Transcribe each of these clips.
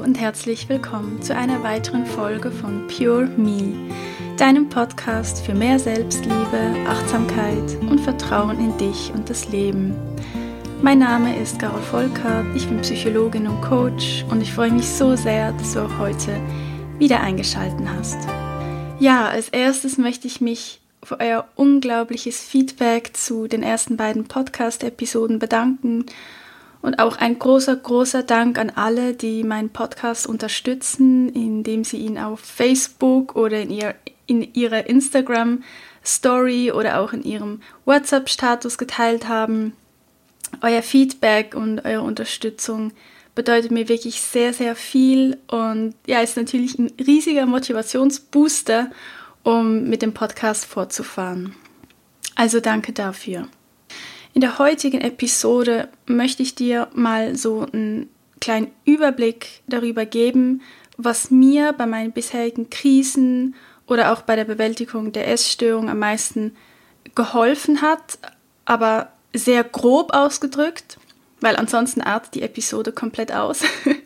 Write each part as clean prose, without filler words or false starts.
und herzlich willkommen zu einer weiteren Folge von Pure Me, deinem Podcast für mehr Selbstliebe, Achtsamkeit und Vertrauen in dich und das Leben. Mein Name ist Carol Volkert, ich bin Psychologin und Coach und ich freue mich so sehr, dass du auch heute wieder eingeschaltet hast. Ja, als erstes möchte ich mich für euer unglaubliches Feedback zu den ersten beiden Podcast-Episoden bedanken. Und auch ein großer Dank an alle, die meinen Podcast unterstützen, indem sie ihn auf Facebook oder in ihrer Instagram-Story oder auch in ihrem WhatsApp-Status geteilt haben. Euer Feedback und eure Unterstützung bedeutet mir wirklich sehr, sehr viel und ja, ist natürlich ein riesiger Motivationsbooster, um mit dem Podcast fortzufahren. Also danke dafür. In der heutigen Episode möchte ich dir mal so einen kleinen Überblick darüber geben, was mir bei meinen bisherigen Krisen oder auch bei der Bewältigung der Essstörung am meisten geholfen hat, aber sehr grob ausgedrückt, weil ansonsten artet die Episode komplett aus.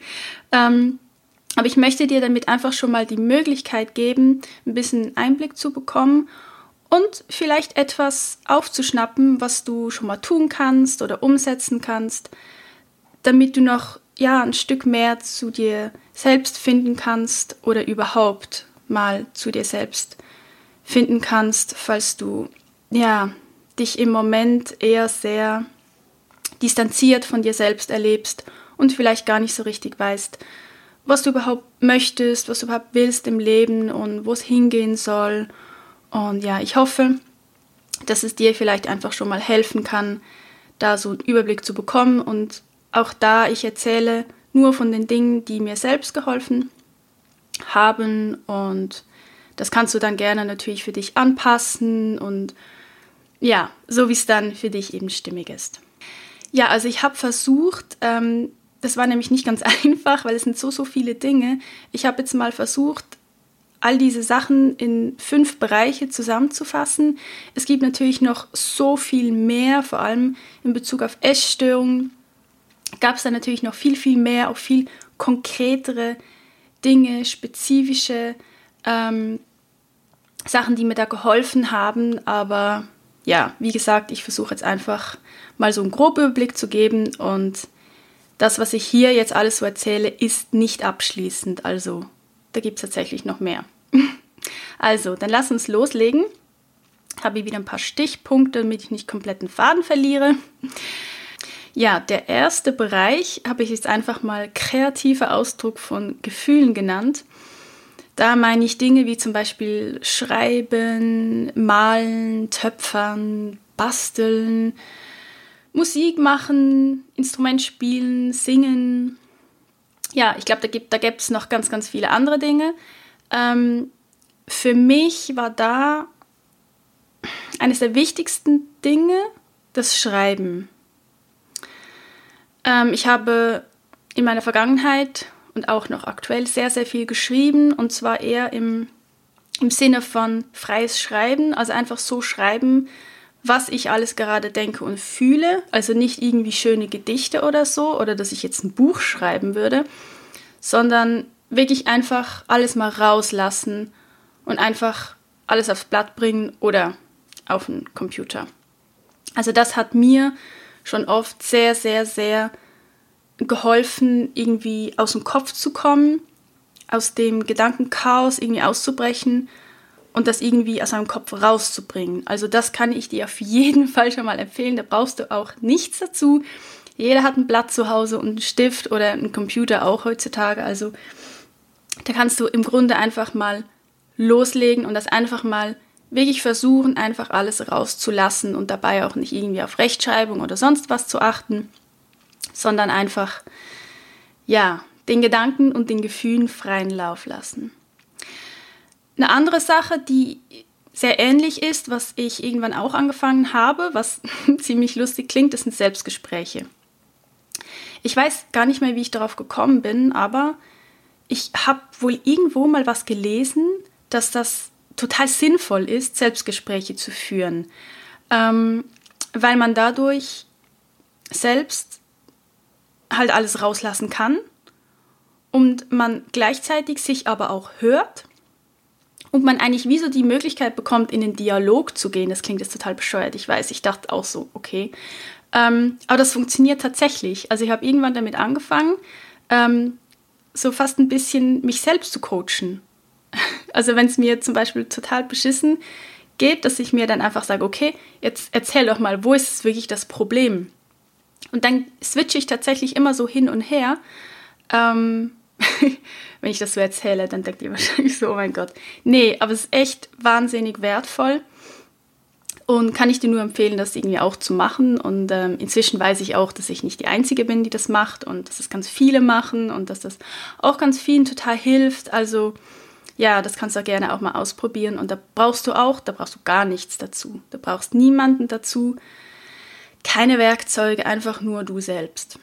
Aber ich möchte dir damit einfach schon mal die Möglichkeit geben, ein bisschen Einblick zu bekommen und vielleicht etwas aufzuschnappen, was du schon mal tun kannst oder umsetzen kannst, damit du noch ein Stück mehr zu dir selbst finden kannst oder überhaupt mal zu dir selbst finden kannst, falls du dich im Moment eher sehr distanziert von dir selbst erlebst und vielleicht gar nicht so richtig weißt, was du überhaupt möchtest, was du überhaupt willst im Leben und wo es hingehen soll. Und ja, ich hoffe, dass es dir vielleicht einfach schon mal helfen kann, da so einen Überblick zu bekommen. Und auch da, ich erzähle nur von den Dingen, die mir selbst geholfen haben. Und das kannst du dann gerne natürlich für dich anpassen und ja, so wie es dann für dich eben stimmig ist. Ja, also ich habe versucht, das war nämlich nicht ganz einfach, weil es sind so viele Dinge. Ich habe jetzt mal versucht, all diese Sachen in 5 Bereiche zusammenzufassen. Es gibt natürlich noch so viel mehr, vor allem in Bezug auf Essstörungen gab es da natürlich noch viel mehr, auch viel konkretere Dinge, spezifische Sachen, die mir da geholfen haben. Aber ja, wie gesagt, ich versuche jetzt einfach mal so einen groben Überblick zu geben und das, was ich hier jetzt alles so erzähle, ist nicht abschließend. Also da gibt es tatsächlich noch mehr. Also, dann lass uns loslegen. Habe ich wieder ein paar Stichpunkte, damit ich nicht komplett den Faden verliere. Ja, der erste Bereich habe ich jetzt einfach mal kreativer Ausdruck von Gefühlen genannt. Da meine ich Dinge wie zum Beispiel Schreiben, Malen, Töpfern, Basteln, Musik machen, Instrument spielen, singen. Ja, ich glaube, da gäbe es noch ganz viele andere Dinge. Für mich war da eines der wichtigsten Dinge das Schreiben. Ich habe in meiner Vergangenheit und auch noch aktuell sehr viel geschrieben und zwar eher im Sinne von freies Schreiben, also einfach so schreiben, was ich alles gerade denke und fühle, also nicht irgendwie schöne Gedichte oder so oder dass ich jetzt ein Buch schreiben würde, sondern wirklich einfach alles mal rauslassen und einfach alles aufs Blatt bringen oder auf den Computer. Also das hat mir schon oft sehr geholfen, irgendwie aus dem Kopf zu kommen, aus dem Gedankenchaos irgendwie auszubrechen und das irgendwie aus meinem Kopf rauszubringen. Also das kann ich dir auf jeden Fall schon mal empfehlen. Da brauchst du auch nichts dazu. Jeder hat ein Blatt zu Hause und einen Stift oder einen Computer auch heutzutage. Also da kannst du im Grunde einfach mal loslegen und das einfach mal wirklich versuchen, einfach alles rauszulassen und dabei auch nicht irgendwie auf Rechtschreibung oder sonst was zu achten, sondern einfach, den Gedanken und den Gefühlen freien Lauf lassen. Eine andere Sache, die sehr ähnlich ist, was ich irgendwann auch angefangen habe, was ziemlich lustig klingt, das sind Selbstgespräche. Ich weiß gar nicht mehr, wie ich darauf gekommen bin, aber ich habe wohl irgendwo mal was gelesen, dass das total sinnvoll ist, Selbstgespräche zu führen, weil man dadurch selbst halt alles rauslassen kann und man gleichzeitig sich aber auch hört und man eigentlich wie so die Möglichkeit bekommt, in den Dialog zu gehen. Das klingt jetzt total bescheuert, ich weiß, ich dachte auch so, okay. Aber das funktioniert tatsächlich. Also ich habe irgendwann damit angefangen, so fast ein bisschen mich selbst zu coachen. Also wenn es mir zum Beispiel total beschissen geht, dass ich mir dann einfach sage, okay, jetzt erzähl doch mal, wo ist wirklich das Problem? Und dann switche ich tatsächlich immer so hin und her. Wenn ich das so erzähle, dann denkt ihr wahrscheinlich so, oh mein Gott. Nee, aber es ist echt wahnsinnig wertvoll und kann ich dir nur empfehlen, das irgendwie auch zu machen. Und inzwischen weiß ich auch, dass ich nicht die Einzige bin, die das macht und dass es ganz viele machen und dass das auch ganz vielen total hilft. Also ja, das kannst du gerne auch mal ausprobieren. Und da brauchst du gar nichts dazu. Du brauchst niemanden dazu, keine Werkzeuge, einfach nur du selbst.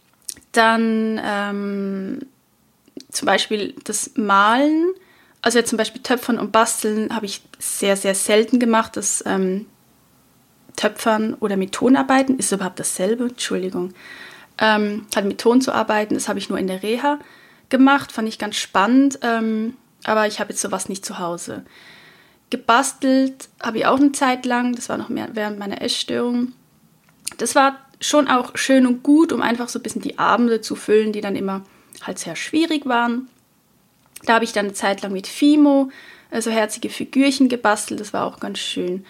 Dann zum Beispiel das Malen, also jetzt zum Beispiel Töpfern und Basteln habe ich sehr, sehr selten gemacht. Das Töpfern oder mit Ton arbeiten ist überhaupt dasselbe, Entschuldigung. Halt mit Ton zu arbeiten, das habe ich nur in der Reha gemacht, fand ich ganz spannend, aber ich habe jetzt sowas nicht zu Hause. Gebastelt habe ich auch eine Zeit lang, das war noch mehr während meiner Essstörung. Das war schon auch schön und gut, um einfach so ein bisschen die Abende zu füllen, die dann immer halt sehr schwierig waren. Da habe ich dann eine Zeit lang mit Fimo so herzige Figürchen gebastelt, das war auch ganz schön.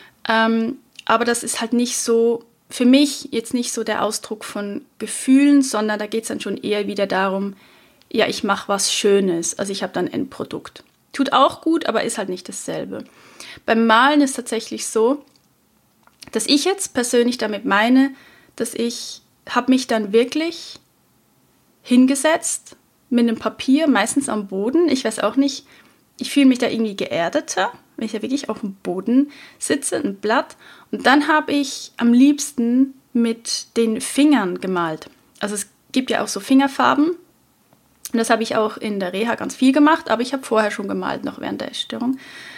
Aber das ist halt nicht so, für mich jetzt nicht so der Ausdruck von Gefühlen, sondern da geht es dann schon eher wieder darum, ja, ich mache was Schönes, also ich habe dann ein Endprodukt. Tut auch gut, aber ist halt nicht dasselbe. Beim Malen ist tatsächlich so, dass ich jetzt persönlich damit meine, dass ich habe mich dann wirklich hingesetzt mit einem Papier, meistens am Boden, ich weiß auch nicht, ich fühle mich da irgendwie geerdeter, wenn ich ja wirklich auf dem Boden sitze, ein Blatt. Und dann habe ich am liebsten mit den Fingern gemalt. Also es gibt ja auch so Fingerfarben. Und das habe ich auch in der Reha ganz viel gemacht, aber ich habe vorher schon gemalt, noch während der Essstörung.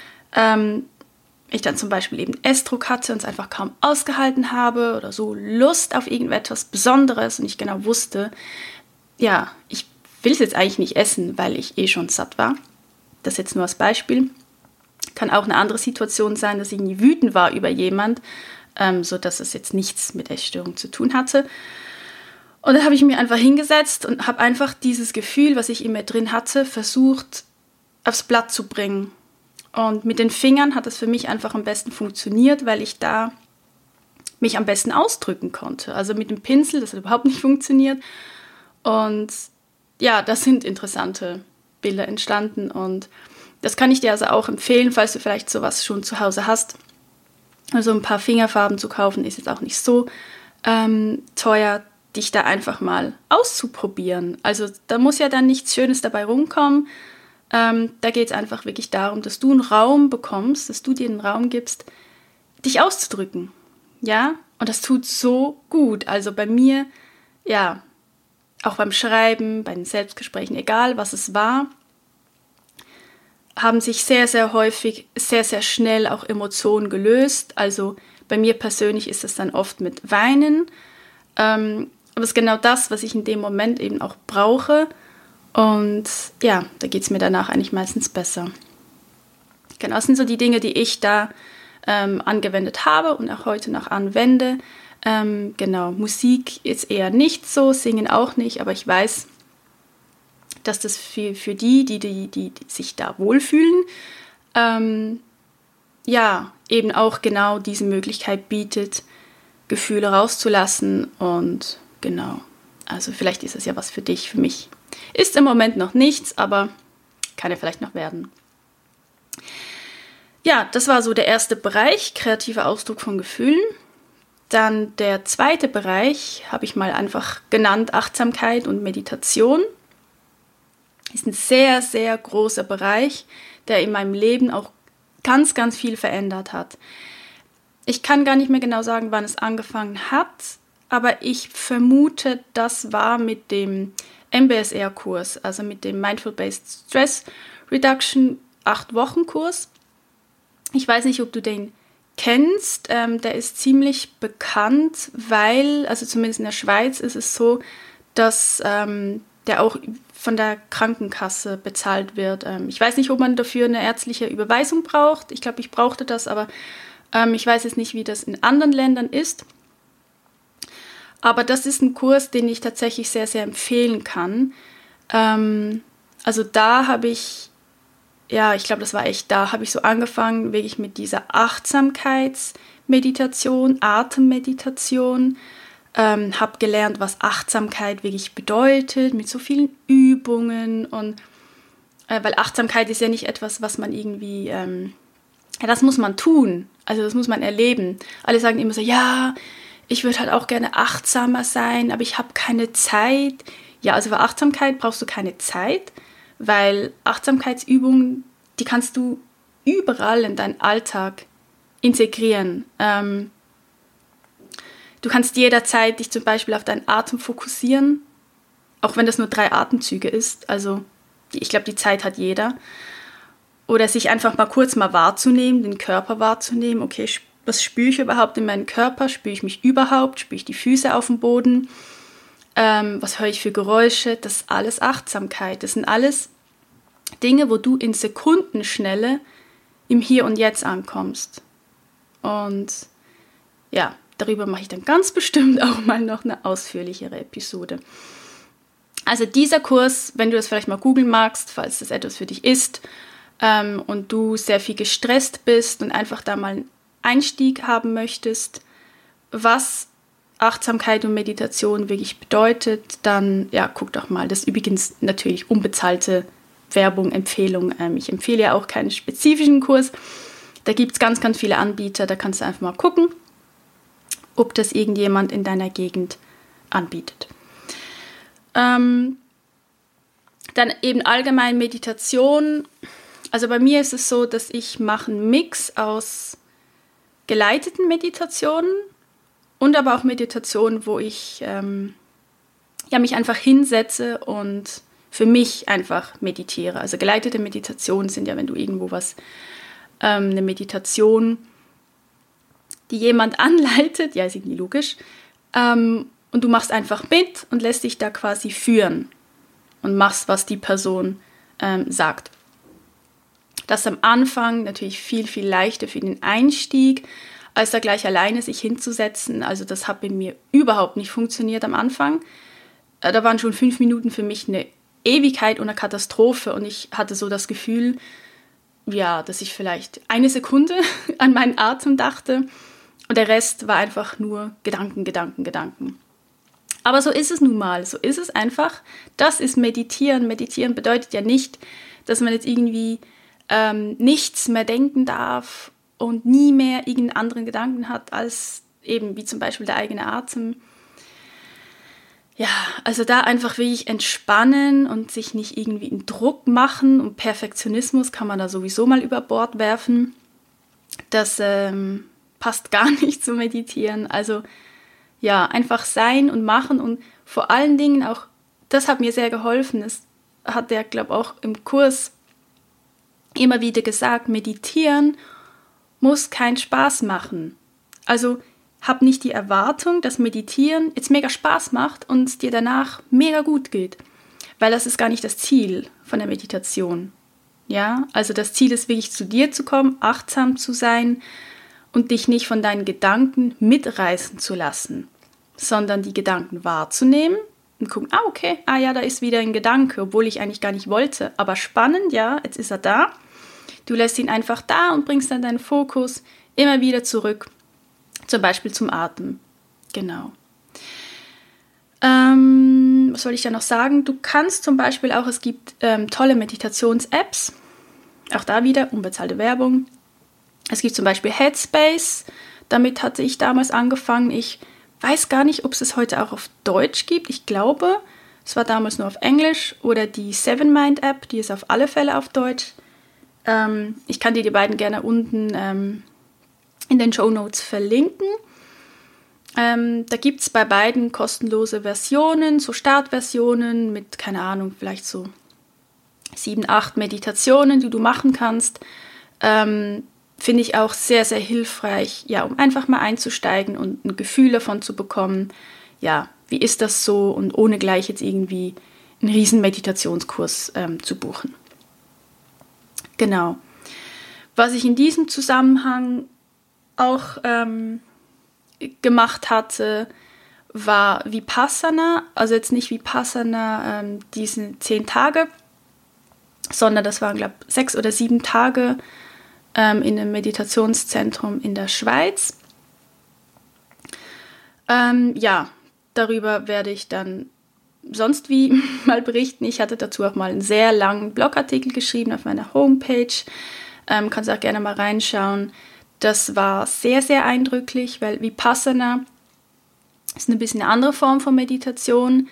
Ich dann zum Beispiel eben Essdruck hatte und es einfach kaum ausgehalten habe oder so Lust auf irgendetwas Besonderes und ich genau wusste, ja, ich will es jetzt eigentlich nicht essen, weil ich eh schon satt war. Das jetzt nur als Beispiel. Kann auch eine andere Situation sein, dass ich irgendwie wütend war über jemand, sodass es jetzt nichts mit Essstörung zu tun hatte. Und dann habe ich mich einfach hingesetzt und habe einfach dieses Gefühl, was ich in mir drin hatte, versucht aufs Blatt zu bringen. Und mit den Fingern hat das für mich einfach am besten funktioniert, weil ich da mich am besten ausdrücken konnte. Also mit dem Pinsel, das hat überhaupt nicht funktioniert. Und ja, das sind interessante Bilder entstanden und das kann ich dir also auch empfehlen, falls du vielleicht sowas schon zu Hause hast. Also ein paar Fingerfarben zu kaufen ist jetzt auch nicht so teuer, dich da einfach mal auszuprobieren. Also da muss ja dann nichts Schönes dabei rumkommen. Da geht es einfach wirklich darum, dass du einen Raum bekommst, dass du dir einen Raum gibst, dich auszudrücken. Ja, und das tut so gut. Also bei mir, ja, auch beim Schreiben, bei den Selbstgesprächen, egal was es war, haben sich sehr, sehr häufig, sehr, sehr schnell auch Emotionen gelöst. Also bei mir persönlich ist es dann oft mit Weinen. Aber es ist genau das, was ich in dem Moment eben auch brauche. Und ja, da geht es mir danach eigentlich meistens besser. Genau, das sind so die Dinge, die ich da angewendet habe und auch heute noch anwende. Genau, Musik ist eher nicht so, Singen auch nicht, aber ich weiß, dass das für die sich da wohlfühlen, ja, eben auch genau diese Möglichkeit bietet, Gefühle rauszulassen und genau, also vielleicht ist es ja was für dich, für mich. Ist im Moment noch nichts, aber kann ja vielleicht noch werden. Ja, das war so der erste Bereich, kreativer Ausdruck von Gefühlen. Dann der zweite Bereich habe ich mal einfach genannt, Achtsamkeit und Meditation. Ist ein sehr, sehr großer Bereich, der in meinem Leben auch ganz, ganz viel verändert hat. Ich kann gar nicht mehr genau sagen, wann es angefangen hat, aber ich vermute, das war mit dem MBSR-Kurs, also mit dem Mindful-Based Stress Reduction 8-Wochen-Kurs. Ich weiß nicht, ob du den kennst, der ist ziemlich bekannt, weil, also zumindest in der Schweiz ist es so, dass der auch von der Krankenkasse bezahlt wird. Ich weiß nicht, ob man dafür eine ärztliche Überweisung braucht. Ich glaube, ich brauchte das, aber ich weiß jetzt nicht, wie das in anderen Ländern ist. Aber das ist ein Kurs, den ich tatsächlich sehr, sehr empfehlen kann. Also da habe ich, ja, ich glaube, das war echt, da habe ich so angefangen, wirklich mit dieser Achtsamkeitsmeditation, Atemmeditation, habe gelernt, was Achtsamkeit wirklich bedeutet, mit so vielen Übungen und weil Achtsamkeit ist ja nicht etwas, was man irgendwie, ja, das muss man tun, also das muss man erleben. Alle sagen immer so, ja, ich würde halt auch gerne achtsamer sein, aber ich habe keine Zeit. Ja, also für Achtsamkeit brauchst du keine Zeit, weil Achtsamkeitsübungen, die kannst du überall in deinen Alltag integrieren. Du kannst jederzeit dich zum Beispiel auf deinen Atem fokussieren, auch wenn das nur 3 Atemzüge ist. Also ich glaube, die Zeit hat jeder. Oder sich einfach mal kurz wahrzunehmen, den Körper wahrzunehmen. Okay, was spüre ich überhaupt in meinem Körper? Spüre ich mich überhaupt? Spüre ich die Füße auf dem Boden? Was höre ich für Geräusche? Das ist alles Achtsamkeit. Das sind alles Dinge, wo du in Sekundenschnelle im Hier und Jetzt ankommst. Und ja, darüber mache ich dann ganz bestimmt auch mal noch eine ausführlichere Episode. Also dieser Kurs, wenn du das vielleicht mal googeln magst, falls das etwas für dich ist und du sehr viel gestresst bist und einfach da mal einen Einstieg haben möchtest, was Achtsamkeit und Meditation wirklich bedeutet, dann ja, guck doch mal. Das ist übrigens natürlich unbezahlte Werbung, Empfehlung. Ich empfehle ja auch keinen spezifischen Kurs. Da gibt es ganz, ganz viele Anbieter. Da kannst du einfach mal gucken, ob das irgendjemand in deiner Gegend anbietet. Dann eben allgemein Meditation. Also bei mir ist es so, dass ich mache einen Mix aus geleiteten Meditationen und aber auch Meditationen, wo ich mich einfach hinsetze und für mich einfach meditiere. Also geleitete Meditationen sind ja, wenn du irgendwo eine Meditation, die jemand anleitet, ja, ist irgendwie logisch, und du machst einfach mit und lässt dich da quasi führen und machst, was die Person sagt. Das ist am Anfang natürlich viel, viel leichter für den Einstieg, als da gleich alleine sich hinzusetzen. Also das hat bei mir überhaupt nicht funktioniert am Anfang. Da waren schon 5 Minuten für mich eine Ewigkeit und eine Katastrophe und ich hatte so das Gefühl, ja, dass ich vielleicht 1 Sekunde an meinen Atem dachte und der Rest war einfach nur Gedanken, Gedanken, Gedanken. Aber so ist es nun mal, so ist es einfach. Das ist Meditieren. Meditieren bedeutet ja nicht, dass man jetzt irgendwie nichts mehr denken darf und nie mehr irgendeinen anderen Gedanken hat, als eben wie zum Beispiel der eigene Atem. Ja, also da einfach wirklich entspannen und sich nicht irgendwie in Druck machen und Perfektionismus kann man da sowieso mal über Bord werfen. Das passt gar nicht zu Meditieren. Also ja, einfach sein und machen und vor allen Dingen auch, das hat mir sehr geholfen, das hat der, glaube ich, auch im Kurs immer wieder gesagt, Meditieren muss keinen Spaß machen. Also hab nicht die Erwartung, dass Meditieren jetzt mega Spaß macht und es dir danach mega gut geht. Weil das ist gar nicht das Ziel von der Meditation. Ja, also das Ziel ist wirklich zu dir zu kommen, achtsam zu sein und dich nicht von deinen Gedanken mitreißen zu lassen, sondern die Gedanken wahrzunehmen und gucken, okay, ja, da ist wieder ein Gedanke, obwohl ich eigentlich gar nicht wollte. Aber spannend, ja, jetzt ist er da. Du lässt ihn einfach da und bringst dann deinen Fokus immer wieder zurück, zum Beispiel zum Atem. Genau. Was soll ich da noch sagen? Du kannst zum Beispiel auch, es gibt tolle Meditations-Apps, auch da wieder unbezahlte Werbung. Es gibt zum Beispiel Headspace, damit hatte ich damals angefangen. Ich weiß gar nicht, ob es heute auch auf Deutsch gibt. Ich glaube, es war damals nur auf Englisch. Oder die Seven Mind App, die ist auf alle Fälle auf Deutsch. Ich kann dir die beiden gerne unten in den Shownotes verlinken. Da gibt es bei beiden kostenlose Versionen, so Startversionen mit, keine Ahnung, vielleicht so 7, 8 Meditationen, die du machen kannst. Finde ich auch sehr, sehr hilfreich, ja, um einfach mal einzusteigen und ein Gefühl davon zu bekommen, ja, wie ist das so und ohne gleich jetzt irgendwie einen riesen Meditationskurs zu buchen. Genau. Was ich in diesem Zusammenhang auch gemacht hatte, war Vipassana, also jetzt nicht Vipassana diese 10 Tage, sondern das waren, glaube ich, 6 oder 7 Tage in einem Meditationszentrum in der Schweiz. Darüber werde ich dann sonst wie mal berichten. Ich hatte dazu auch mal einen sehr langen Blogartikel geschrieben auf meiner Homepage. Kannst auch gerne mal reinschauen. Das war sehr, sehr eindrücklich, weil Vipassana ist ein bisschen eine andere Form von Meditation.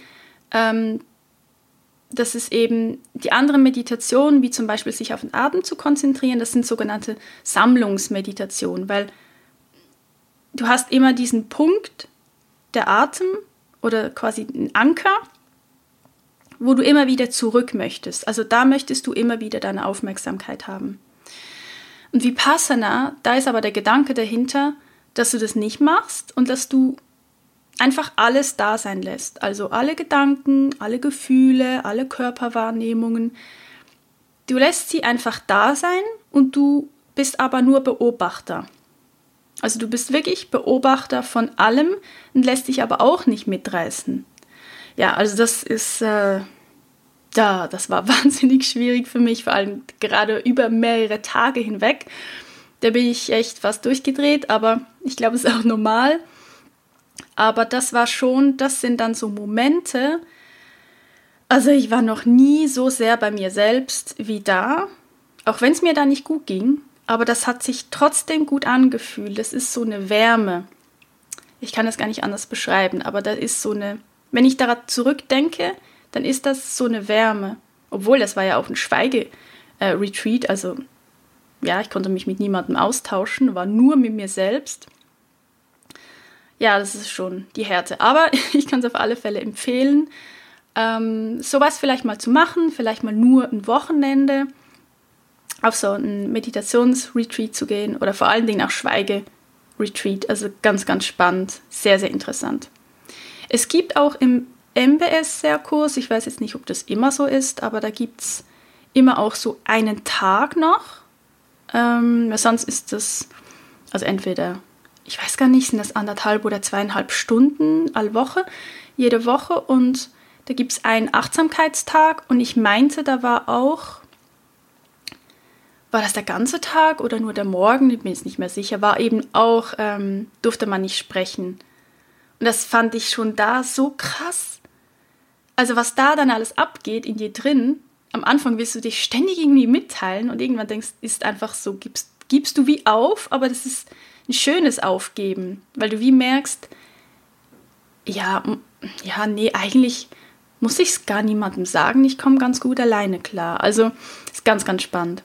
Das ist eben die andere Meditation, wie zum Beispiel sich auf den Atem zu konzentrieren. Das sind sogenannte Sammlungsmeditationen, weil du hast immer diesen Punkt, der Atem oder quasi ein Anker, wo du immer wieder zurück möchtest. Also da möchtest du immer wieder deine Aufmerksamkeit haben. Und Vipassana, da ist aber der Gedanke dahinter, dass du das nicht machst und dass du einfach alles da sein lässt. Also alle Gedanken, alle Gefühle, alle Körperwahrnehmungen. Du lässt sie einfach da sein und du bist aber nur Beobachter. Also du bist wirklich Beobachter von allem und lässt dich aber auch nicht mitreißen. Ja, also das ist, das war wahnsinnig schwierig für mich, vor allem gerade über mehrere Tage hinweg. Da bin ich echt fast durchgedreht, aber ich glaube, es ist auch normal. Aber das sind dann so Momente, also ich war noch nie so sehr bei mir selbst wie da, auch wenn es mir da nicht gut ging, aber das hat sich trotzdem gut angefühlt. Das ist so eine Wärme. Ich kann das gar nicht anders beschreiben, aber da ist so eine, wenn ich daran zurückdenke, dann ist das so eine Wärme. Obwohl, das war ja auch ein Schweige-Retreat, also ja, ich konnte mich mit niemandem austauschen, war nur mit mir selbst. Ja, das ist schon die Härte. Aber ich kann es auf alle Fälle empfehlen, sowas vielleicht mal zu machen, vielleicht mal nur ein Wochenende auf so einen Meditationsretreat zu gehen oder vor allen Dingen auch Schweige-Retreat. Also ganz, ganz spannend, sehr, sehr interessant. Es gibt auch im MBSR-Kurs, ich weiß jetzt nicht, ob das immer so ist, aber da gibt es immer auch so einen Tag noch. Sonst ist das, also entweder, ich weiß gar nicht, sind das 1,5 oder 2,5 Stunden alle Woche, jede Woche. Und da gibt es einen Achtsamkeitstag und ich meinte, da war das der ganze Tag oder nur der Morgen? Ich bin jetzt nicht mehr sicher. War eben auch, durfte man nicht sprechen. Und das fand ich schon da so krass. Also was da dann alles abgeht in dir drin, am Anfang willst du dich ständig irgendwie mitteilen und irgendwann denkst, ist einfach so, gibst du wie auf, aber das ist ein schönes Aufgeben, weil du wie merkst, nee, eigentlich muss ich es gar niemandem sagen, ich komme ganz gut alleine klar. Also ist ganz, ganz spannend.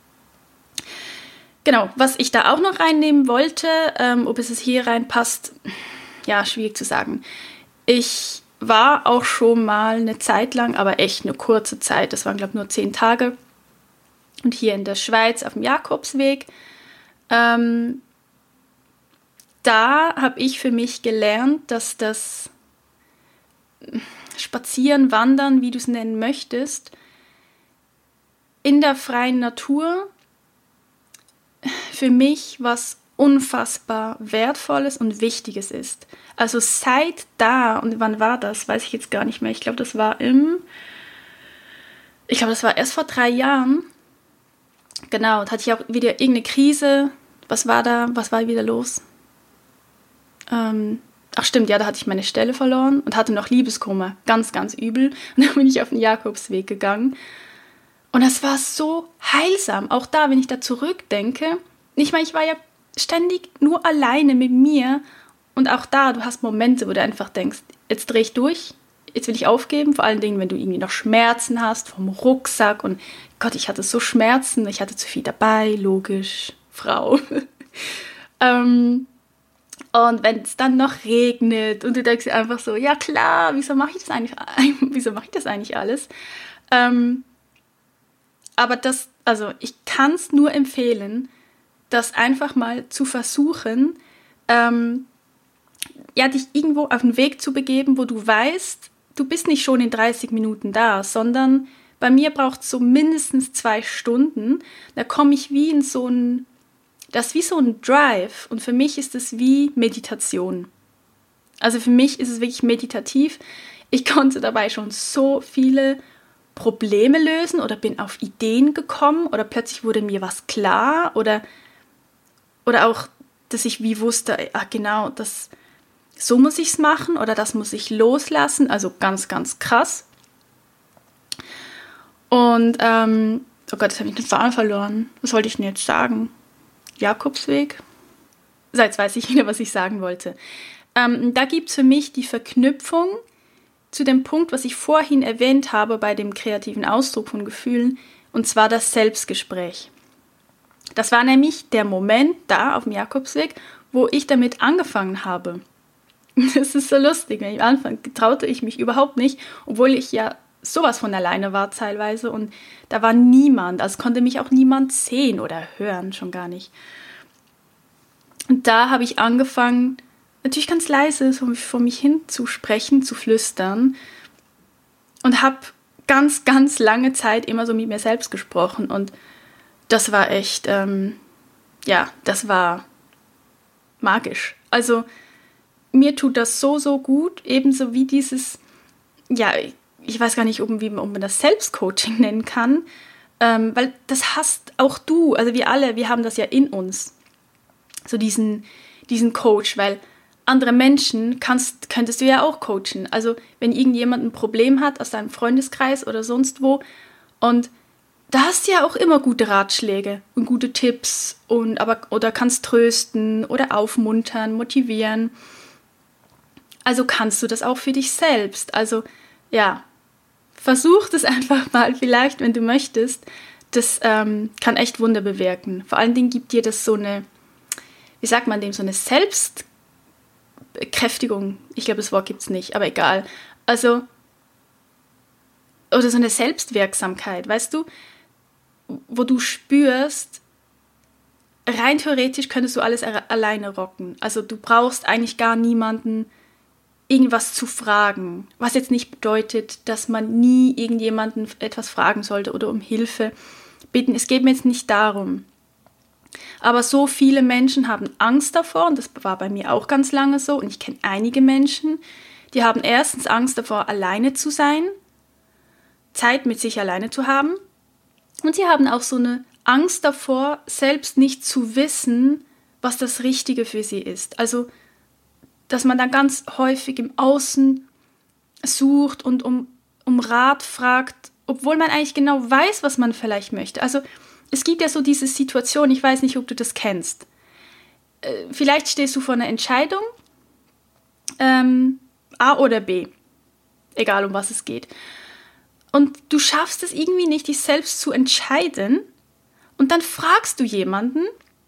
Genau, was ich da auch noch reinnehmen wollte, ob es hier reinpasst, ja, schwierig zu sagen. Ich war auch schon mal eine Zeit lang, aber echt eine kurze Zeit, das waren glaube ich nur 10 Tage, und hier in der Schweiz auf dem Jakobsweg, da habe ich für mich gelernt, dass das Spazieren, Wandern, wie du es nennen möchtest, in der freien Natur für mich was unfassbar Wertvolles und Wichtiges ist. Also seit da, und wann war das, weiß ich jetzt gar nicht mehr, ich glaube, das war erst vor 3 Jahren, genau, da hatte ich auch wieder irgendeine Krise, was war wieder los? Ach stimmt, ja, da hatte ich meine Stelle verloren und hatte noch Liebeskummer, ganz, ganz übel, und dann bin ich auf den Jakobsweg gegangen und das war so heilsam, auch da, wenn ich da zurückdenke, ich meine, ich war ja ständig nur alleine mit mir und auch da, du hast Momente, wo du einfach denkst, jetzt drehe ich durch, jetzt will ich aufgeben, vor allen Dingen, wenn du irgendwie noch Schmerzen hast vom Rucksack und Gott, ich hatte so Schmerzen, ich hatte zu viel dabei, logisch, Frau. Und wenn es dann noch regnet und du denkst dir einfach so, ja klar, wieso mache ich das eigentlich alles? Aber ich kann es nur empfehlen, das einfach mal zu versuchen, dich irgendwo auf den Weg zu begeben, wo du weißt, du bist nicht schon in 30 Minuten da, sondern bei mir braucht es so mindestens 2 Stunden. Da komme ich wie in das ist wie so ein Drive. Und für mich ist es wie Meditation. Also für mich ist es wirklich meditativ. Ich konnte dabei schon so viele Probleme lösen oder bin auf Ideen gekommen oder plötzlich wurde mir was klar oder auch, dass ich wie wusste, genau, so muss ich es machen oder das muss ich loslassen. Also ganz, ganz krass. Und, oh Gott, jetzt habe ich den Faden verloren. Was wollte ich denn jetzt sagen? Jakobsweg? So, jetzt weiß ich wieder, was ich sagen wollte. Da gibt es für mich die Verknüpfung zu dem Punkt, was ich vorhin erwähnt habe bei dem kreativen Ausdruck von Gefühlen, und zwar das Selbstgespräch. Das war nämlich der Moment da auf dem Jakobsweg, wo ich damit angefangen habe. Das ist so lustig, wenn ich anfange, traute ich mich überhaupt nicht, obwohl ich ja sowas von alleine war teilweise und da war niemand, also konnte mich auch niemand sehen oder hören, schon gar nicht. Und da habe ich angefangen, natürlich ganz leise so vor mich hin zu sprechen, zu flüstern und habe ganz, ganz lange Zeit immer so mit mir selbst gesprochen und das war echt, das war magisch. Also mir tut das so, so gut, ebenso wie dieses, ich weiß gar nicht, ob man das Selbstcoaching nennen kann, weil das hast auch du, also wir alle, wir haben das ja in uns, so diesen Coach, weil andere Menschen könntest du ja auch coachen. Also wenn irgendjemand ein Problem hat aus deinem Freundeskreis oder sonst wo und da hast du ja auch immer gute Ratschläge und gute Tipps oder kannst trösten oder aufmuntern, motivieren. Also kannst du das auch für dich selbst. Also ja, versuch das einfach mal vielleicht, wenn du möchtest. Das kann echt Wunder bewirken. Vor allen Dingen gibt dir das so eine, wie sagt man dem, so eine Selbstkräftigung. Ich glaube, das Wort gibt es nicht, aber egal. Also, oder so eine Selbstwirksamkeit, weißt du, wo du spürst, rein theoretisch könntest du alles alleine rocken. Also du brauchst eigentlich gar niemanden, irgendwas zu fragen. Was jetzt nicht bedeutet, dass man nie irgendjemanden etwas fragen sollte oder um Hilfe bitten. Es geht mir jetzt nicht darum. Aber so viele Menschen haben Angst davor, und das war bei mir auch ganz lange so, und ich kenne einige Menschen, die haben erstens Angst davor, alleine zu sein, Zeit mit sich alleine zu haben, und sie haben auch so eine Angst davor, selbst nicht zu wissen, was das Richtige für sie ist. Also, dass man dann ganz häufig im Außen sucht und um Rat fragt, obwohl man eigentlich genau weiß, was man vielleicht möchte. Also, es gibt ja so diese Situation, ich weiß nicht, ob du das kennst. Vielleicht stehst du vor einer Entscheidung, A oder B, egal um was es geht. Und du schaffst es irgendwie nicht, dich selbst zu entscheiden. Und dann fragst du jemanden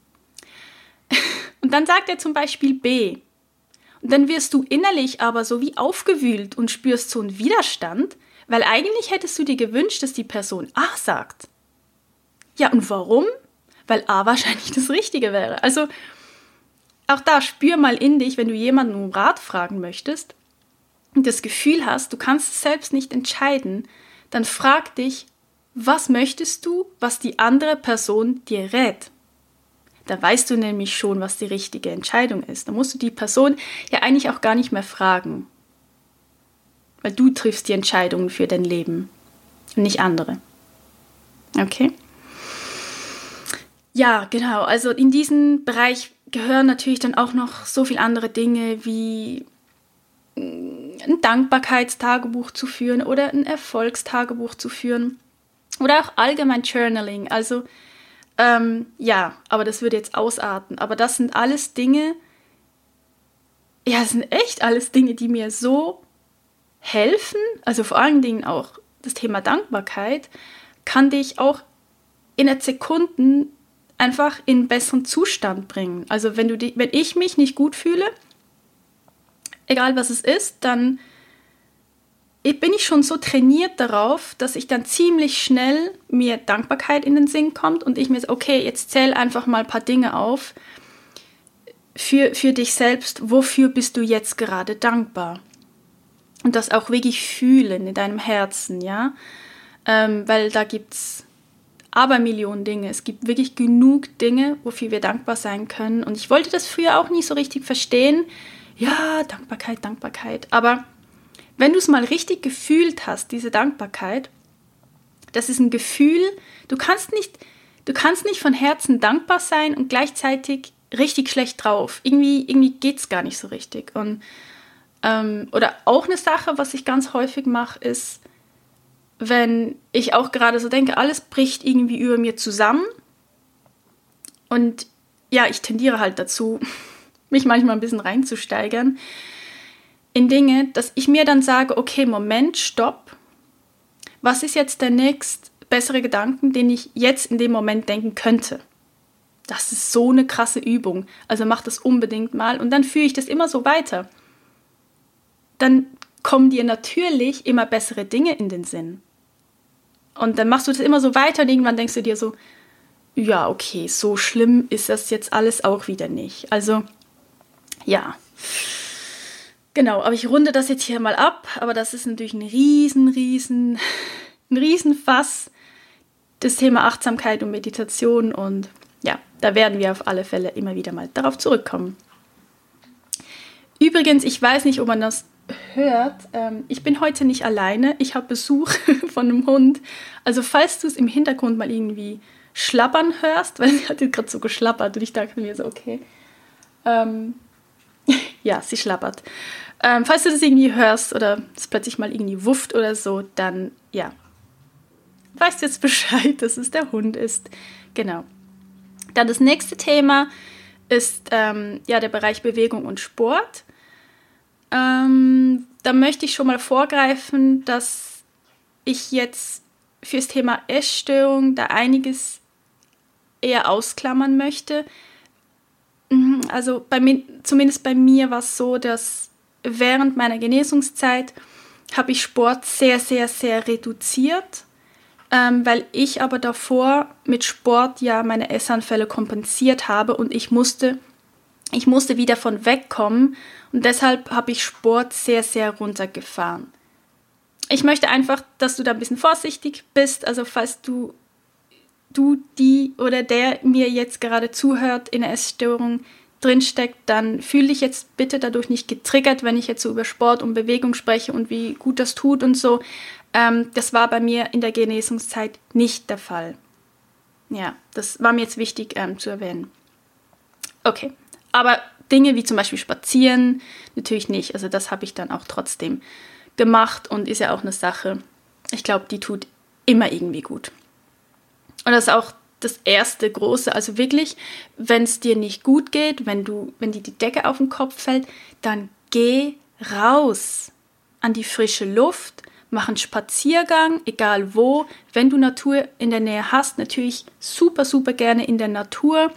und dann sagt er zum Beispiel B. Und dann wirst du innerlich aber so wie aufgewühlt und spürst so einen Widerstand, weil eigentlich hättest du dir gewünscht, dass die Person A sagt. Ja, und warum? Weil A wahrscheinlich das Richtige wäre. Also auch da spür mal in dich, wenn du jemanden um Rat fragen möchtest und das Gefühl hast, du kannst es selbst nicht entscheiden, dann frag dich, was möchtest du, was die andere Person dir rät? Da weißt du nämlich schon, was die richtige Entscheidung ist. Da musst du die Person ja eigentlich auch gar nicht mehr fragen. Weil du triffst die Entscheidungen für dein Leben und nicht andere. Okay? Ja, genau. Also in diesen Bereich gehören natürlich dann auch noch so viele andere Dinge wie ein Dankbarkeitstagebuch zu führen oder ein Erfolgstagebuch zu führen oder auch allgemein Journaling. Also aber das würde jetzt ausarten. Aber das sind alles Dinge, das sind echt alles Dinge, die mir so helfen. Also vor allen Dingen auch das Thema Dankbarkeit kann dich auch in Sekunden einfach in einen besseren Zustand bringen. Also wenn ich mich nicht gut fühle, egal was es ist, dann bin ich schon so trainiert darauf, dass ich dann ziemlich schnell mir Dankbarkeit in den Sinn kommt und ich mir so, okay, jetzt zähl einfach mal ein paar Dinge auf für dich selbst, wofür bist du jetzt gerade dankbar? und das auch wirklich fühlen in deinem Herzen, ja, weil da gibt es Abermillionen Dinge. Es gibt wirklich genug Dinge, wofür wir dankbar sein können. Und ich wollte das früher auch nicht so richtig verstehen. Ja, Dankbarkeit, Dankbarkeit. Aber wenn du es mal richtig gefühlt hast, diese Dankbarkeit, das ist ein Gefühl, du kannst nicht von Herzen dankbar sein und gleichzeitig richtig schlecht drauf. Irgendwie geht es gar nicht so richtig. Und, oder auch eine Sache, was ich ganz häufig mache, ist, wenn ich auch gerade so denke, alles bricht irgendwie über mir zusammen. Und ja, ich tendiere halt dazu, mich manchmal ein bisschen reinzusteigern in Dinge, dass ich mir dann sage, okay, Moment, stopp. Was ist jetzt der nächst bessere Gedanken, den ich jetzt in dem Moment denken könnte? Das ist so eine krasse Übung. Also mach das unbedingt mal. Und dann führe ich das immer so weiter. Dann kommen dir natürlich immer bessere Dinge in den Sinn. Und dann machst du das immer so weiter und irgendwann denkst du dir so, ja, okay, so schlimm ist das jetzt alles auch wieder nicht. Also, ja. Genau, aber ich runde das jetzt hier mal ab. Aber das ist natürlich ein riesen Fass, das Thema Achtsamkeit und Meditation. Und ja, da werden wir auf alle Fälle immer wieder mal darauf zurückkommen. Übrigens, ich weiß nicht, ob man das hört, ich bin heute nicht alleine, ich habe Besuch von einem Hund, also falls du es im Hintergrund mal irgendwie schlappern hörst, weil sie hat jetzt gerade so geschlappert und ich dachte mir so, okay, ja, sie schlappert. Falls du das irgendwie hörst oder es plötzlich mal irgendwie wufft oder so, dann, ja, weißt du jetzt Bescheid, dass es der Hund ist. Genau. Dann das nächste Thema ist der Bereich Bewegung und Sport. Da möchte ich schon mal vorgreifen, dass ich jetzt fürs Thema Essstörung da einiges eher ausklammern möchte. Also zumindest bei mir war es so, dass während meiner Genesungszeit habe ich Sport sehr, sehr, sehr reduziert, weil ich aber davor mit Sport ja meine Essanfälle kompensiert habe und ich musste wieder von wegkommen und deshalb habe ich Sport sehr, sehr runtergefahren. Ich möchte einfach, dass du da ein bisschen vorsichtig bist, also falls du die oder der mir jetzt gerade zuhört in der Essstörung drinsteckt, dann fühle dich jetzt bitte dadurch nicht getriggert, wenn ich jetzt so über Sport und Bewegung spreche und wie gut das tut und so. Das war bei mir in der Genesungszeit nicht der Fall. Ja, das war mir jetzt wichtig zu erwähnen. Okay, aber Dinge wie zum Beispiel Spazieren natürlich nicht. Also das habe ich dann auch trotzdem gemacht und ist ja auch eine Sache, ich glaube, die tut immer irgendwie gut. Und das ist auch das erste große, also wirklich, wenn es dir nicht gut geht, wenn dir die Decke auf den Kopf fällt, dann geh raus an die frische Luft, mach einen Spaziergang, egal wo. Wenn du Natur in der Nähe hast, natürlich super, super gerne in der Natur,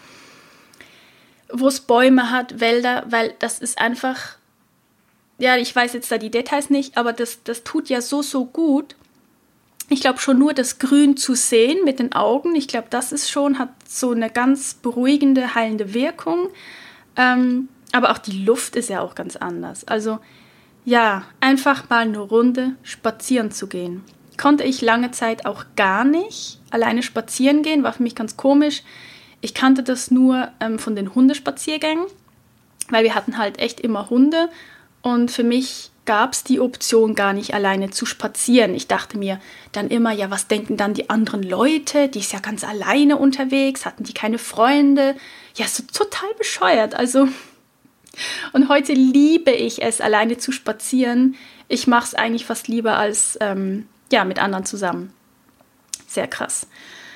wo es Bäume hat, Wälder, weil das ist einfach, ja, ich weiß jetzt da die Details nicht, aber das tut ja so, so gut. Ich glaube schon nur das Grün zu sehen mit den Augen, ich glaube, das ist schon, hat so eine ganz beruhigende, heilende Wirkung. Aber auch die Luft ist ja auch ganz anders. Also ja, einfach mal eine Runde spazieren zu gehen. Konnte ich lange Zeit auch gar nicht alleine spazieren gehen, war für mich ganz komisch. Ich kannte das nur von den Hundespaziergängen, weil wir hatten halt echt immer Hunde und für mich gab es die Option gar nicht alleine zu spazieren. Ich dachte mir dann immer, ja, was denken dann die anderen Leute? Die ist ja ganz alleine unterwegs, hatten die keine Freunde? Ja, so total bescheuert. Also, und heute liebe ich es, alleine zu spazieren. Ich mache es eigentlich fast lieber als mit anderen zusammen. Sehr krass.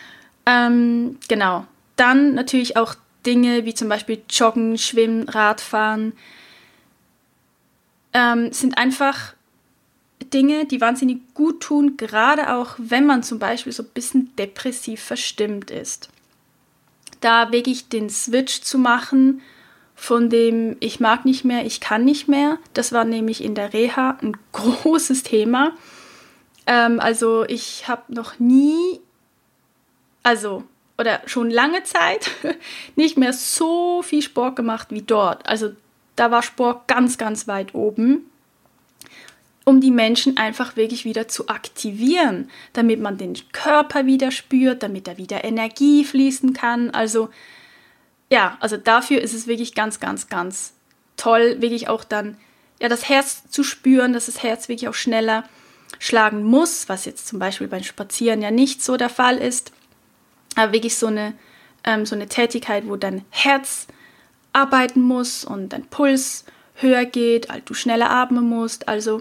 Genau. Dann natürlich auch Dinge wie zum Beispiel Joggen, Schwimmen, Radfahren. Sind einfach Dinge, die wahnsinnig gut tun, gerade auch, wenn man zum Beispiel so ein bisschen depressiv verstimmt ist. Da wirklich den Switch zu machen von dem ich mag nicht mehr, ich kann nicht mehr, das war nämlich in der Reha ein großes Thema. Also ich habe noch nie, oder schon lange Zeit nicht mehr so viel Sport gemacht wie dort. Also da war Sport ganz, ganz weit oben. um die Menschen einfach wirklich wieder zu aktivieren, damit man den Körper wieder spürt, damit da wieder Energie fließen kann. Also ja, also dafür ist es wirklich ganz, ganz, ganz toll, wirklich auch dann ja, das Herz zu spüren, dass das Herz wirklich auch schneller schlagen muss, was jetzt zum Beispiel beim Spazieren ja nicht so der Fall ist. Aber wirklich so eine Tätigkeit, wo dein Herz arbeiten muss und dein Puls höher geht, du schneller atmen musst. Also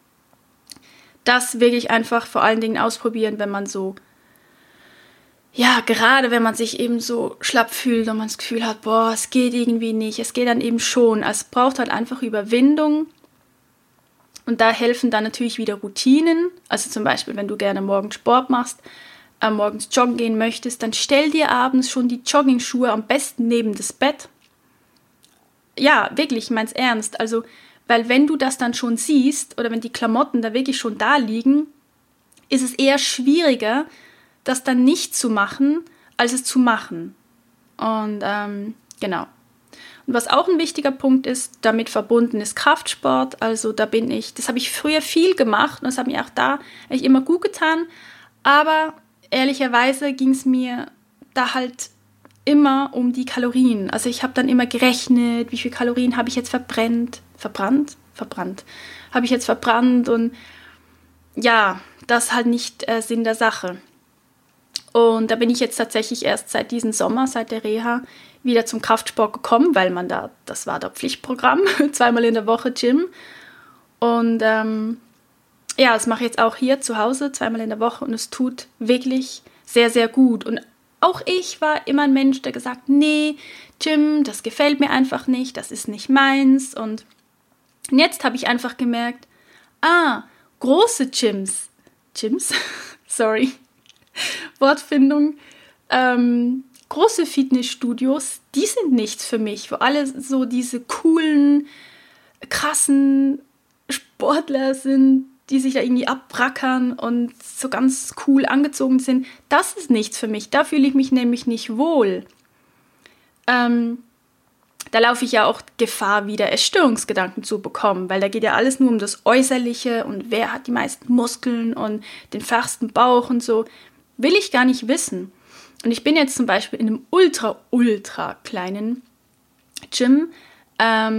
das wirklich einfach vor allen Dingen ausprobieren, wenn man so, ja, gerade wenn man sich eben so schlapp fühlt und man das Gefühl hat, boah, es geht irgendwie nicht, es geht dann eben schon. Also es braucht halt einfach Überwindung. Und da helfen dann natürlich wieder Routinen. Also zum Beispiel, wenn du gerne morgens Sport machst, morgens joggen gehen möchtest, dann stell dir abends schon die Joggingschuhe am besten neben das Bett. Ja, wirklich, ich mein's ernst. Also, weil wenn du das dann schon siehst oder wenn die Klamotten da wirklich schon da liegen, ist es eher schwieriger, das dann nicht zu machen, als es zu machen. Und genau. Und was auch ein wichtiger Punkt ist, damit verbunden ist Kraftsport. Also das habe ich früher viel gemacht und das hat mir auch da eigentlich immer gut getan. Aber ehrlicherweise ging es mir da halt immer um die Kalorien. Also ich habe dann immer gerechnet, wie viel Kalorien habe ich jetzt verbrannt. Habe ich jetzt verbrannt und ja, das ist halt nicht Sinn der Sache. Und da bin ich jetzt tatsächlich erst seit diesem Sommer, seit der Reha, wieder zum Kraftsport gekommen, weil das war das Pflichtprogramm, 2-mal in der Woche Gym. Und ja, das mache ich jetzt auch hier zu Hause, 2-mal in der Woche und es tut wirklich sehr, sehr gut. Und auch ich war immer ein Mensch, der gesagt, nee, Gym, das gefällt mir einfach nicht, das ist nicht meins. Und jetzt habe ich einfach gemerkt, große Gyms, sorry, Wortfindung, große Fitnessstudios, die sind nichts für mich, wo alle so diese coolen, krassen Sportler sind, die sich da irgendwie abbrackern und so ganz cool angezogen sind. Das ist nichts für mich, da fühle ich mich nämlich nicht wohl. Da laufe ich ja auch Gefahr, wieder Essstörungsgedanken zu bekommen, weil da geht ja alles nur um das Äußerliche und wer hat die meisten Muskeln und den fachsten Bauch und so. Will ich gar nicht wissen. Und ich bin jetzt zum Beispiel in einem ultra, ultra kleinen Gym, bei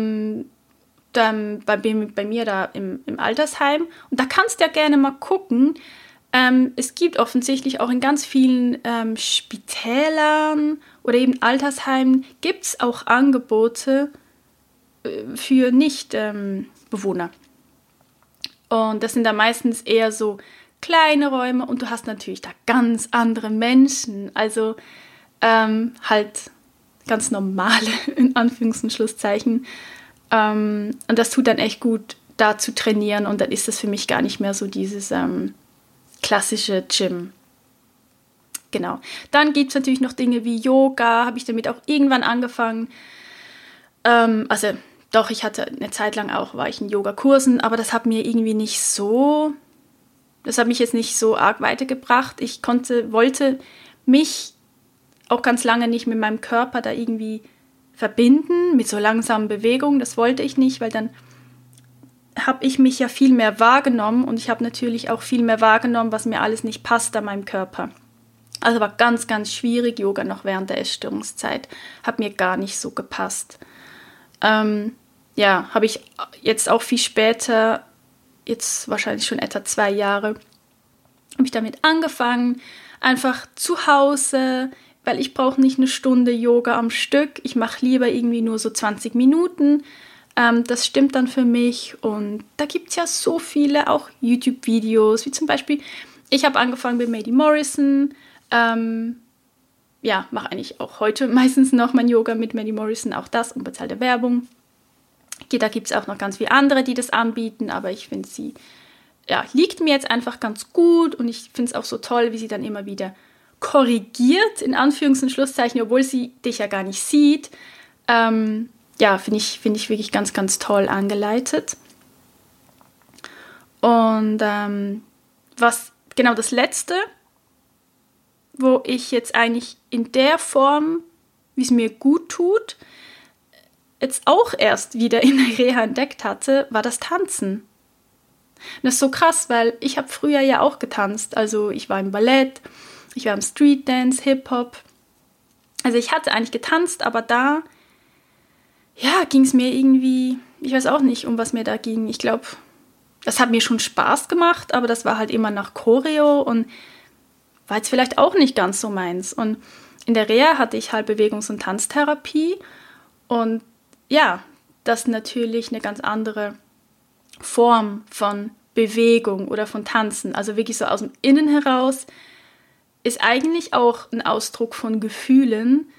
mir da im Altersheim. Und da kannst du ja gerne mal gucken. Es gibt offensichtlich auch in ganz vielen Spitälern oder eben Altersheimen gibt es auch Angebote für Nicht-Bewohner. Und das sind da meistens eher so kleine Räume und du hast natürlich da ganz andere Menschen, also halt ganz normale, in Anführungs- und Schlusszeichen. Und das tut dann echt gut, da zu trainieren und dann ist das für mich gar nicht mehr so dieses klassische Gym. Genau. Dann gibt es natürlich noch Dinge wie Yoga, habe ich damit auch irgendwann angefangen. Also doch, ich hatte eine Zeit lang auch, war ich in Yogakursen, aber das hat mir irgendwie nicht so... Das hat mich jetzt nicht so arg weitergebracht. Ich wollte mich auch ganz lange nicht mit meinem Körper da irgendwie verbinden, mit so langsamen Bewegungen. Das wollte ich nicht, weil dann habe ich mich ja viel mehr wahrgenommen und ich habe natürlich auch viel mehr wahrgenommen, was mir alles nicht passt an meinem Körper. Also war ganz, ganz schwierig, Yoga noch während der Essstörungszeit. Hat mir gar nicht so gepasst. Ja, habe ich jetzt auch viel später... jetzt wahrscheinlich schon etwa 2 Jahre, habe ich damit angefangen, einfach zu Hause, weil ich brauche nicht eine Stunde Yoga am Stück, ich mache lieber irgendwie nur so 20 Minuten, das stimmt dann für mich und da gibt es ja so viele auch YouTube-Videos, wie zum Beispiel, ich habe angefangen mit Mady Morrison, ja, mache eigentlich auch heute meistens noch mein Yoga mit Mady Morrison, auch das, unbezahlte Werbung. Da gibt es auch noch ganz viele andere, die das anbieten, aber ich finde, sie liegt mir jetzt einfach ganz gut und ich finde es auch so toll, wie sie dann immer wieder korrigiert, in Anführungs- und Schlusszeichen, obwohl sie dich ja gar nicht sieht. Finde ich wirklich ganz, ganz toll angeleitet. Und das Letzte, wo ich jetzt eigentlich in der Form, wie es mir gut tut, jetzt auch erst wieder in der Reha entdeckt hatte, war das Tanzen. Und das ist so krass, weil ich habe früher ja auch getanzt. Also ich war im Ballett, ich war im Streetdance, Hip-Hop. Also ich hatte eigentlich getanzt, aber da, ja, ging es mir irgendwie, ich weiß auch nicht, um was mir da ging. Ich glaube, das hat mir schon Spaß gemacht, aber das war halt immer nach Choreo und war jetzt vielleicht auch nicht ganz so meins. Und in der Reha hatte ich halt Bewegungs- und Tanztherapie und ja, das ist natürlich eine ganz andere Form von Bewegung oder von Tanzen. Also wirklich so aus dem Innen heraus ist eigentlich auch ein Ausdruck von Gefühlen,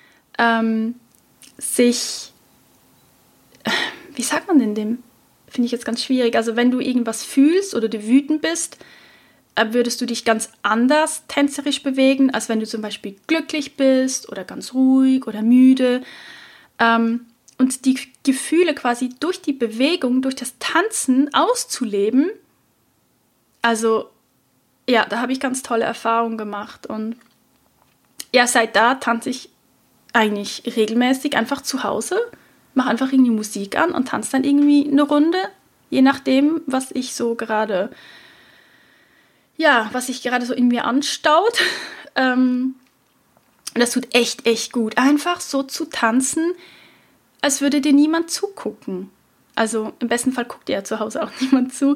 wie sagt man denn dem? Finde ich jetzt ganz schwierig. Also wenn du irgendwas fühlst oder du wütend bist, würdest du dich ganz anders tänzerisch bewegen, als wenn du zum Beispiel glücklich bist oder ganz ruhig oder müde. Und die Gefühle quasi durch die Bewegung, durch das Tanzen auszuleben. Also ja, da habe ich ganz tolle Erfahrungen gemacht. Und ja, seit da tanze ich eigentlich regelmäßig einfach zu Hause, mache einfach irgendwie Musik an und tanze dann irgendwie eine Runde, je nachdem, was ich gerade so in mir anstaut. Das tut echt, echt gut. Einfach so zu tanzen, als würde dir niemand zugucken. Also im besten Fall guckt dir ja zu Hause auch niemand zu.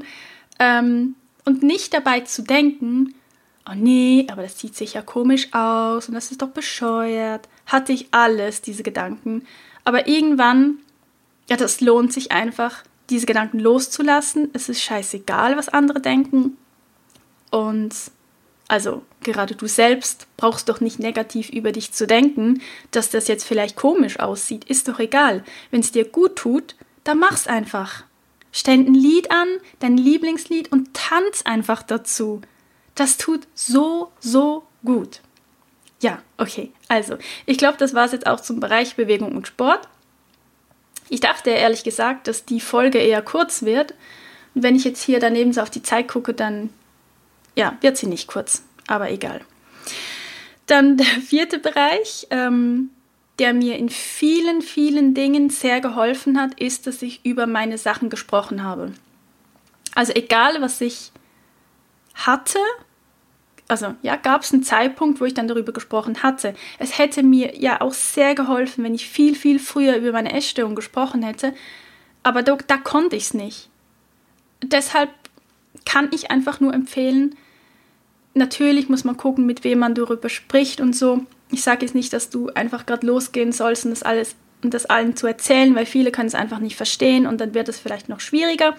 Und nicht dabei zu denken, oh nee, aber das sieht sicher komisch aus und das ist doch bescheuert. Hatte ich alles, diese Gedanken. Aber irgendwann, ja, das lohnt sich einfach, diese Gedanken loszulassen. Es ist scheißegal, was andere denken. Und also gerade du selbst brauchst doch nicht negativ über dich zu denken, dass das jetzt vielleicht komisch aussieht. Ist doch egal. Wenn es dir gut tut, dann mach's einfach. Stell ein Lied an, dein Lieblingslied und tanz einfach dazu. Das tut so, so gut. Ja, okay. Also, ich glaube, das war es jetzt auch zum Bereich Bewegung und Sport. Ich dachte ehrlich gesagt, dass die Folge eher kurz wird. Und wenn ich jetzt hier daneben so auf die Zeit gucke, dann ja, wird sie nicht kurz. Aber egal. Dann der 4. Bereich, der mir in vielen, vielen Dingen sehr geholfen hat, ist, dass ich über meine Sachen gesprochen habe. Also egal, was ich hatte, also ja, gab es einen Zeitpunkt, wo ich dann darüber gesprochen hatte. Es hätte mir ja auch sehr geholfen, wenn ich viel, viel früher über meine Essstörung gesprochen hätte, aber da konnte ich es nicht. Deshalb kann ich einfach nur empfehlen, natürlich muss man gucken, mit wem man darüber spricht und so. Ich sage jetzt nicht, dass du einfach gerade losgehen sollst und das allen zu erzählen, weil viele können es einfach nicht verstehen und dann wird es vielleicht noch schwieriger.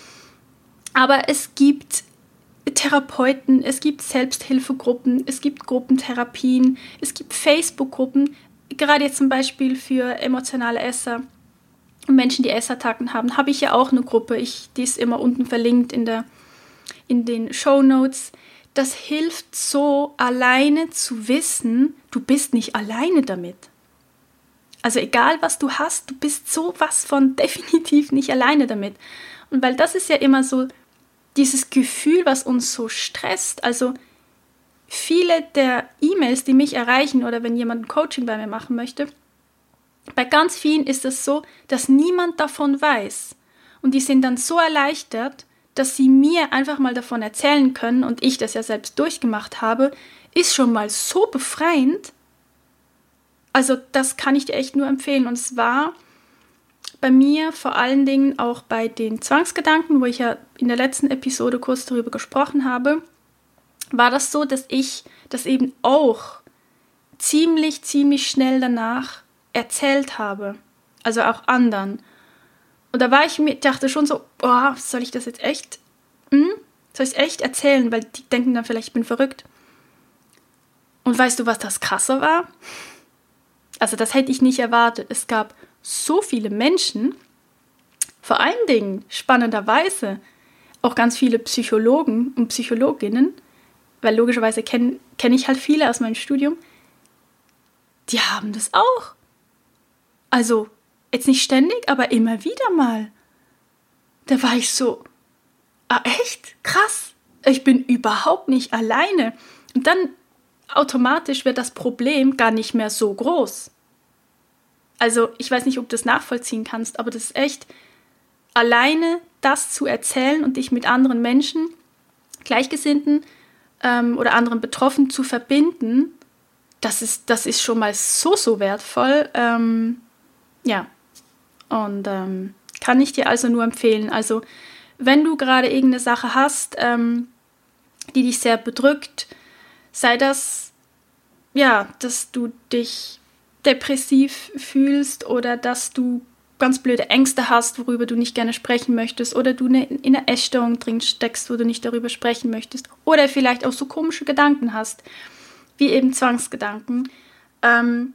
Aber es gibt Therapeuten, es gibt Selbsthilfegruppen, es gibt Gruppentherapien, es gibt Facebook-Gruppen, gerade jetzt zum Beispiel für emotionale Esser und Menschen, die Essattacken haben, habe ich ja auch eine Gruppe. Die ist immer unten verlinkt in den Shownotes. Das hilft so, alleine zu wissen, du bist nicht alleine damit. Also egal, was du hast, du bist sowas von definitiv nicht alleine damit. Und weil das ist ja immer so dieses Gefühl, was uns so stresst. Also viele der E-Mails, die mich erreichen oder wenn jemand ein Coaching bei mir machen möchte, bei ganz vielen ist es so, dass niemand davon weiß. Und die sind dann so erleichtert, dass sie mir einfach mal davon erzählen können und ich das ja selbst durchgemacht habe, ist schon mal so befreiend. Also das kann ich dir echt nur empfehlen. Und es war bei mir vor allen Dingen auch bei den Zwangsgedanken, wo ich ja in der letzten Episode kurz darüber gesprochen habe, war das so, dass ich das eben auch ziemlich, ziemlich schnell danach erzählt habe. Also auch anderen. Und da dachte schon so, oh, soll ich das jetzt echt? Soll ich es echt erzählen? Weil die denken dann vielleicht, ich bin verrückt. Und weißt du, was das Krasse war? Also das hätte ich nicht erwartet. Es gab so viele Menschen, vor allen Dingen spannenderweise auch ganz viele Psychologen und Psychologinnen, weil logischerweise kenn ich halt viele aus meinem Studium, die haben das auch. Also jetzt nicht ständig, aber immer wieder mal. Da war ich so, echt? Krass. Ich bin überhaupt nicht alleine. Und dann automatisch wird das Problem gar nicht mehr so groß. Also ich weiß nicht, ob du das nachvollziehen kannst, aber das ist echt, alleine das zu erzählen und dich mit anderen Menschen, Gleichgesinnten oder anderen Betroffenen zu verbinden, das ist schon mal so wertvoll. Ja, und kann ich dir also nur empfehlen. Also wenn du gerade irgendeine Sache hast, die dich sehr bedrückt, sei das, ja, dass du dich depressiv fühlst oder dass du ganz blöde Ängste hast, worüber du nicht gerne sprechen möchtest, oder du in einer Essstörung drin steckst, wo du nicht darüber sprechen möchtest, oder vielleicht auch so komische Gedanken hast, wie eben Zwangsgedanken, dann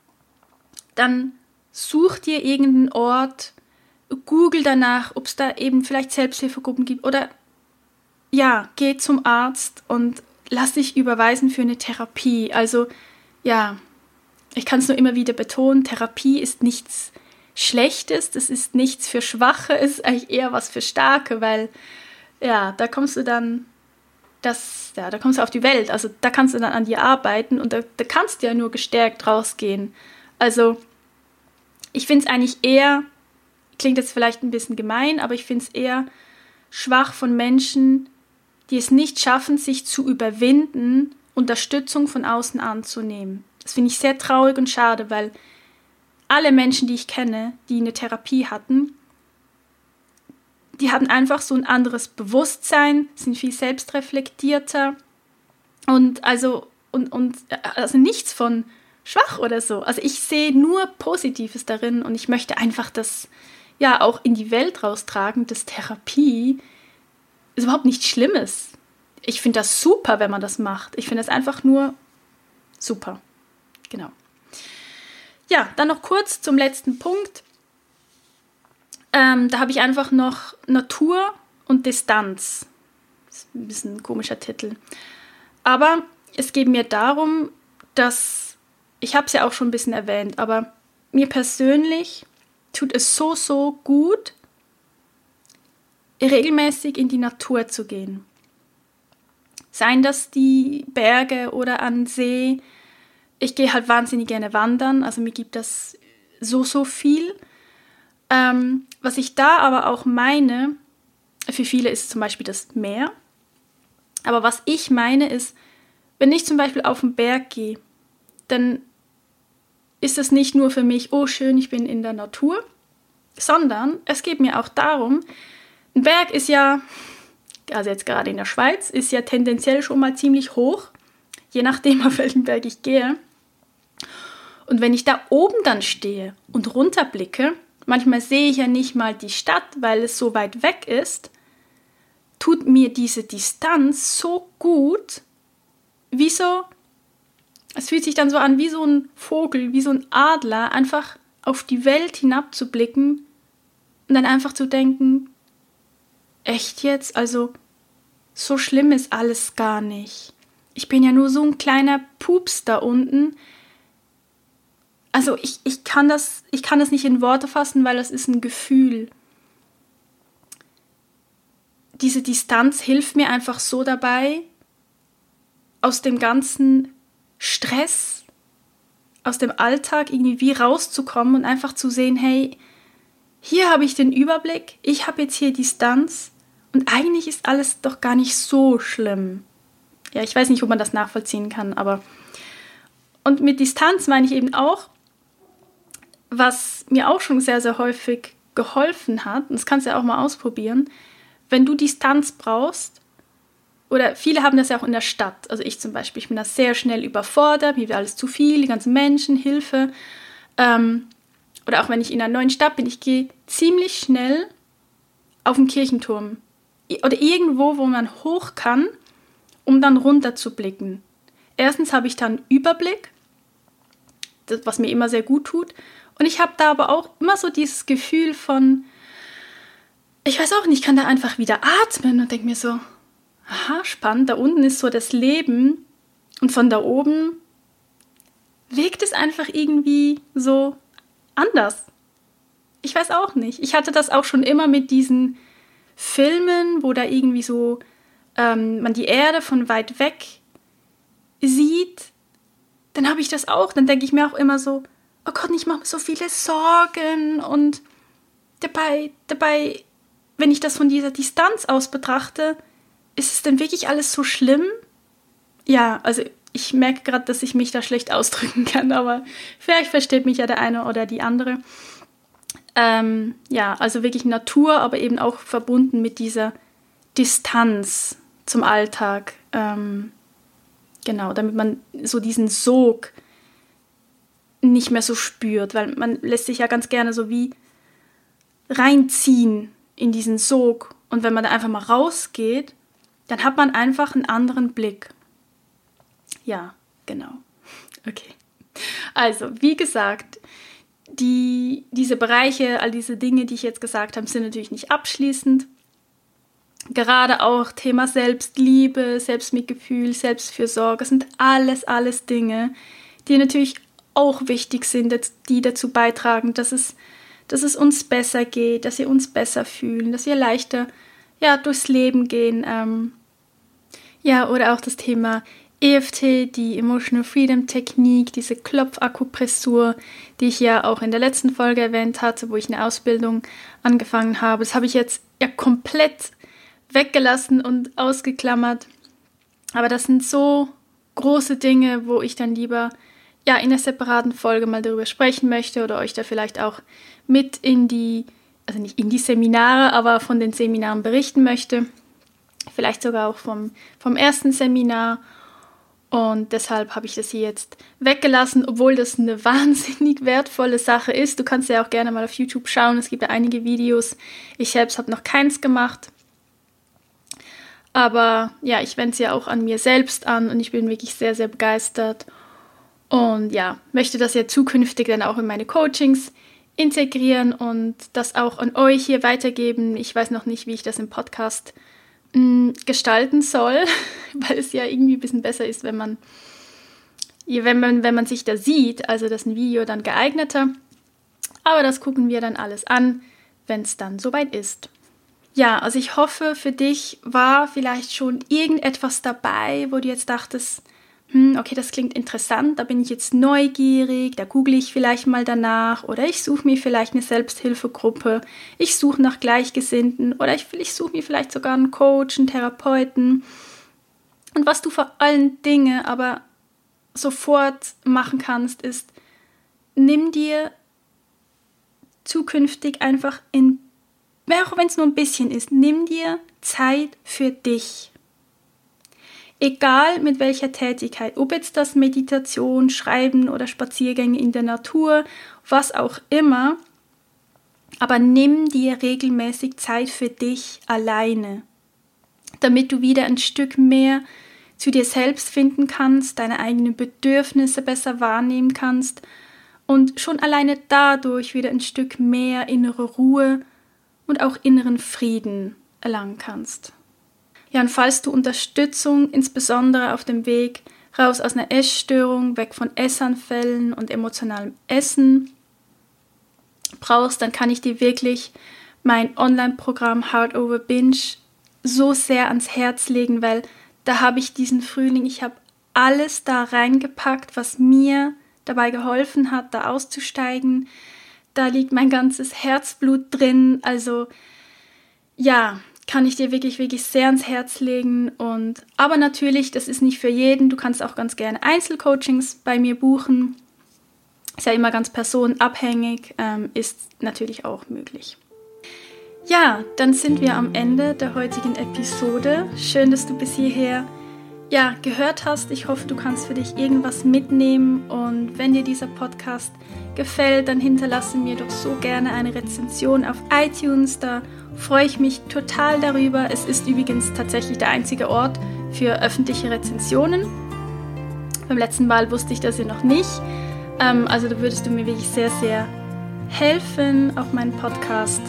such dir irgendeinen Ort, google danach, ob es da eben vielleicht Selbsthilfegruppen gibt, oder ja, geh zum Arzt und lass dich überweisen für eine Therapie. Also ja, ich kann es nur immer wieder betonen, Therapie ist nichts Schlechtes, das ist nichts für Schwache, ist eigentlich eher was für Starke, weil ja, da kommst du dann, da kommst du auf die Welt, also da kannst du dann an dir arbeiten und da kannst du ja nur gestärkt rausgehen. Also ich finde es eigentlich eher, klingt jetzt vielleicht ein bisschen gemein, aber ich finde es eher schwach von Menschen, die es nicht schaffen, sich zu überwinden, Unterstützung von außen anzunehmen. Das finde ich sehr traurig und schade, weil alle Menschen, die ich kenne, die eine Therapie hatten, die hatten einfach so ein anderes Bewusstsein, sind viel selbstreflektierter und also nichts von schwach oder so. Also ich sehe nur Positives darin und ich möchte einfach das ja auch in die Welt raustragen, dass Therapie ist überhaupt nichts Schlimmes. Ich finde das super, wenn man das macht. Ich finde das einfach nur super. Genau. Ja, dann noch kurz zum letzten Punkt. Da habe ich einfach noch Natur und Distanz. Das ist ein bisschen ein komischer Titel. Aber es geht mir darum, dass, ich habe es ja auch schon ein bisschen erwähnt, aber mir persönlich tut es so gut, regelmäßig in die Natur zu gehen. Seien das die Berge oder an See. Ich gehe halt wahnsinnig gerne wandern, also mir gibt das so viel. Was ich da aber auch meine, für viele ist es zum Beispiel das Meer, aber was ich meine ist, wenn ich zum Beispiel auf den Berg gehe, dann ist es nicht nur für mich, oh schön, ich bin in der Natur, sondern es geht mir auch darum, ein Berg ist ja, also jetzt gerade in der Schweiz, ist ja tendenziell schon mal ziemlich hoch, je nachdem, auf welchen Berg ich gehe. Und wenn ich da oben dann stehe und runterblicke, manchmal sehe ich ja nicht mal die Stadt, weil es so weit weg ist, tut mir diese Distanz so gut, wie so, es fühlt sich dann so an wie so ein Vogel, wie so ein Adler, einfach auf die Welt hinabzublicken und dann einfach zu denken, echt jetzt? Also so schlimm ist alles gar nicht. Ich bin ja nur so ein kleiner Pups da unten. Also ich kann das nicht in Worte fassen, weil das ist ein Gefühl. Diese Distanz hilft mir einfach so dabei, aus dem ganzen Stress, aus dem Alltag irgendwie rauszukommen und einfach zu sehen, hey, hier habe ich den Überblick, ich habe jetzt hier Distanz und eigentlich ist alles doch gar nicht so schlimm. Ja, ich weiß nicht, ob man das nachvollziehen kann, aber und mit Distanz meine ich eben auch, was mir auch schon sehr häufig geholfen hat, und das kannst du ja auch mal ausprobieren, wenn du Distanz brauchst, oder viele haben das ja auch in der Stadt, also ich zum Beispiel, ich bin da sehr schnell überfordert, mir wird alles zu viel, die ganzen Menschen, Hilfe, oder auch wenn ich in einer neuen Stadt bin, ich gehe ziemlich schnell auf den Kirchenturm oder irgendwo, wo man hoch kann, um dann runter zu blicken. Erstens habe ich dann Überblick, das, was mir immer sehr gut tut, und ich habe da aber auch immer so dieses Gefühl von, ich weiß auch nicht, ich kann da einfach wieder atmen und denke mir so, aha, spannend, da unten ist so das Leben und von da oben wirkt es einfach irgendwie so anders. Ich weiß auch nicht. Ich hatte das auch schon immer mit diesen Filmen, wo da irgendwie so man die Erde von weit weg sieht. Dann habe ich das auch. Dann denke ich mir auch immer so, oh Gott, ich mache mir so viele Sorgen und dabei, wenn ich das von dieser Distanz aus betrachte, ist es denn wirklich alles so schlimm? Ja, also ich merke gerade, dass ich mich da schlecht ausdrücken kann, aber vielleicht versteht mich ja der eine oder die andere. Ja, also wirklich Natur, aber eben auch verbunden mit dieser Distanz zum Alltag. Genau, damit man so diesen Sog nicht mehr so spürt, weil man lässt sich ja ganz gerne so wie reinziehen in diesen Sog. Und wenn man da einfach mal rausgeht, dann hat man einfach einen anderen Blick. Ja, genau. Okay. Also, wie gesagt, diese Bereiche, all diese Dinge, die ich jetzt gesagt habe, sind natürlich nicht abschließend. Gerade auch Thema Selbstliebe, Selbstmitgefühl, Selbstfürsorge sind alles Dinge, die natürlich auch wichtig sind, die dazu beitragen, dass es uns besser geht, dass wir uns besser fühlen, dass wir leichter durchs Leben gehen. Oder auch das Thema EFT, die Emotional Freedom Technik, diese Klopfakupressur, die ich ja auch in der letzten Folge erwähnt hatte, wo ich eine Ausbildung angefangen habe. Das habe ich jetzt ja komplett weggelassen und ausgeklammert. Aber das sind so große Dinge, wo ich dann lieber in einer separaten Folge mal darüber sprechen möchte oder euch da vielleicht auch mit also nicht in die Seminare, aber von den Seminaren berichten möchte. Vielleicht sogar auch vom ersten Seminar. Und deshalb habe ich das hier jetzt weggelassen, obwohl das eine wahnsinnig wertvolle Sache ist. Du kannst ja auch gerne mal auf YouTube schauen, es gibt ja einige Videos. Ich selbst habe noch keins gemacht. Aber ja, ich wende es ja auch an mir selbst an und ich bin wirklich sehr, sehr begeistert. Und ja, möchte das ja zukünftig dann auch in meine Coachings integrieren und das auch an euch hier weitergeben. Ich weiß noch nicht, wie ich das im Podcast gestalten soll, weil es ja irgendwie ein bisschen besser ist, wenn man sich da sieht, also das ist ein Video dann geeigneter. Aber das gucken wir dann alles an, wenn es dann soweit ist. Ja, also ich hoffe, für dich war vielleicht schon irgendetwas dabei, wo du jetzt dachtest, okay, das klingt interessant, da bin ich jetzt neugierig, da google ich vielleicht mal danach oder ich suche mir vielleicht eine Selbsthilfegruppe, ich suche nach Gleichgesinnten oder ich suche mir vielleicht sogar einen Coach, einen Therapeuten. Und was du vor allen Dingen aber sofort machen kannst, ist, nimm dir zukünftig einfach auch wenn es nur ein bisschen ist, nimm dir Zeit für dich. Egal mit welcher Tätigkeit, ob jetzt das Meditation, Schreiben oder Spaziergänge in der Natur, was auch immer, aber nimm dir regelmäßig Zeit für dich alleine, damit du wieder ein Stück mehr zu dir selbst finden kannst, deine eigenen Bedürfnisse besser wahrnehmen kannst und schon alleine dadurch wieder ein Stück mehr innere Ruhe und auch inneren Frieden erlangen kannst. Ja, und falls du Unterstützung, insbesondere auf dem Weg raus aus einer Essstörung, weg von Essanfällen und emotionalem Essen brauchst, dann kann ich dir wirklich mein Online-Programm Heart Over Binge so sehr ans Herz legen, weil da habe ich diesen Frühling, ich habe alles da reingepackt, was mir dabei geholfen hat, da auszusteigen. Da liegt mein ganzes Herzblut drin, also ja, kann ich dir wirklich, wirklich sehr ans Herz legen. Aber natürlich, das ist nicht für jeden. Du kannst auch ganz gerne Einzelcoachings bei mir buchen. Ist ja immer ganz personenabhängig, ist natürlich auch möglich. Ja, dann sind wir am Ende der heutigen Episode. Schön, dass du bis hierher gehört hast. Ich hoffe, du kannst für dich irgendwas mitnehmen. Und wenn dir dieser Podcast gefällt, dann hinterlasse mir doch so gerne eine Rezension auf iTunes. Da freue ich mich total darüber. Es ist übrigens tatsächlich der einzige Ort für öffentliche Rezensionen. Beim letzten Mal wusste ich das ja noch nicht. Also da würdest du mir wirklich sehr, sehr helfen, auch meinen Podcast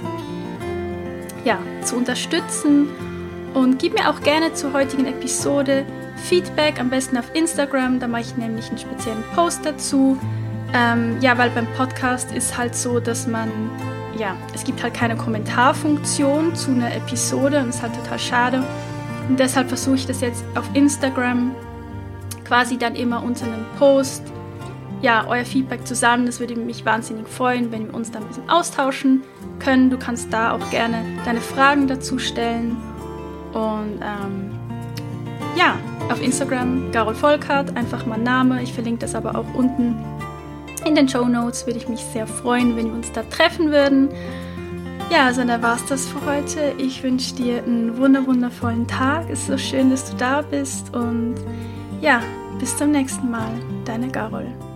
zu unterstützen. Und gib mir auch gerne zur heutigen Episode Feedback, am besten auf Instagram. Da mache ich nämlich einen speziellen Post dazu. Weil beim Podcast ist halt so, dass es gibt halt keine Kommentarfunktion zu einer Episode und das ist halt total schade. Und deshalb versuche ich das jetzt auf Instagram quasi dann immer unter einem Post ja, euer Feedback zu sammeln. Das würde mich wahnsinnig freuen, wenn wir uns da ein bisschen austauschen können. Du kannst da auch gerne deine Fragen dazu stellen. Und ja, auf Instagram Carol Volkart, einfach mein Name. Ich verlinke das aber auch unten in den Shownotes. Würde ich mich sehr freuen, wenn wir uns da treffen würden. Ja, also da war es das für heute. Ich wünsche dir einen wundervollen Tag. Es ist so schön, dass du da bist. Und ja, bis zum nächsten Mal. Deine Carol.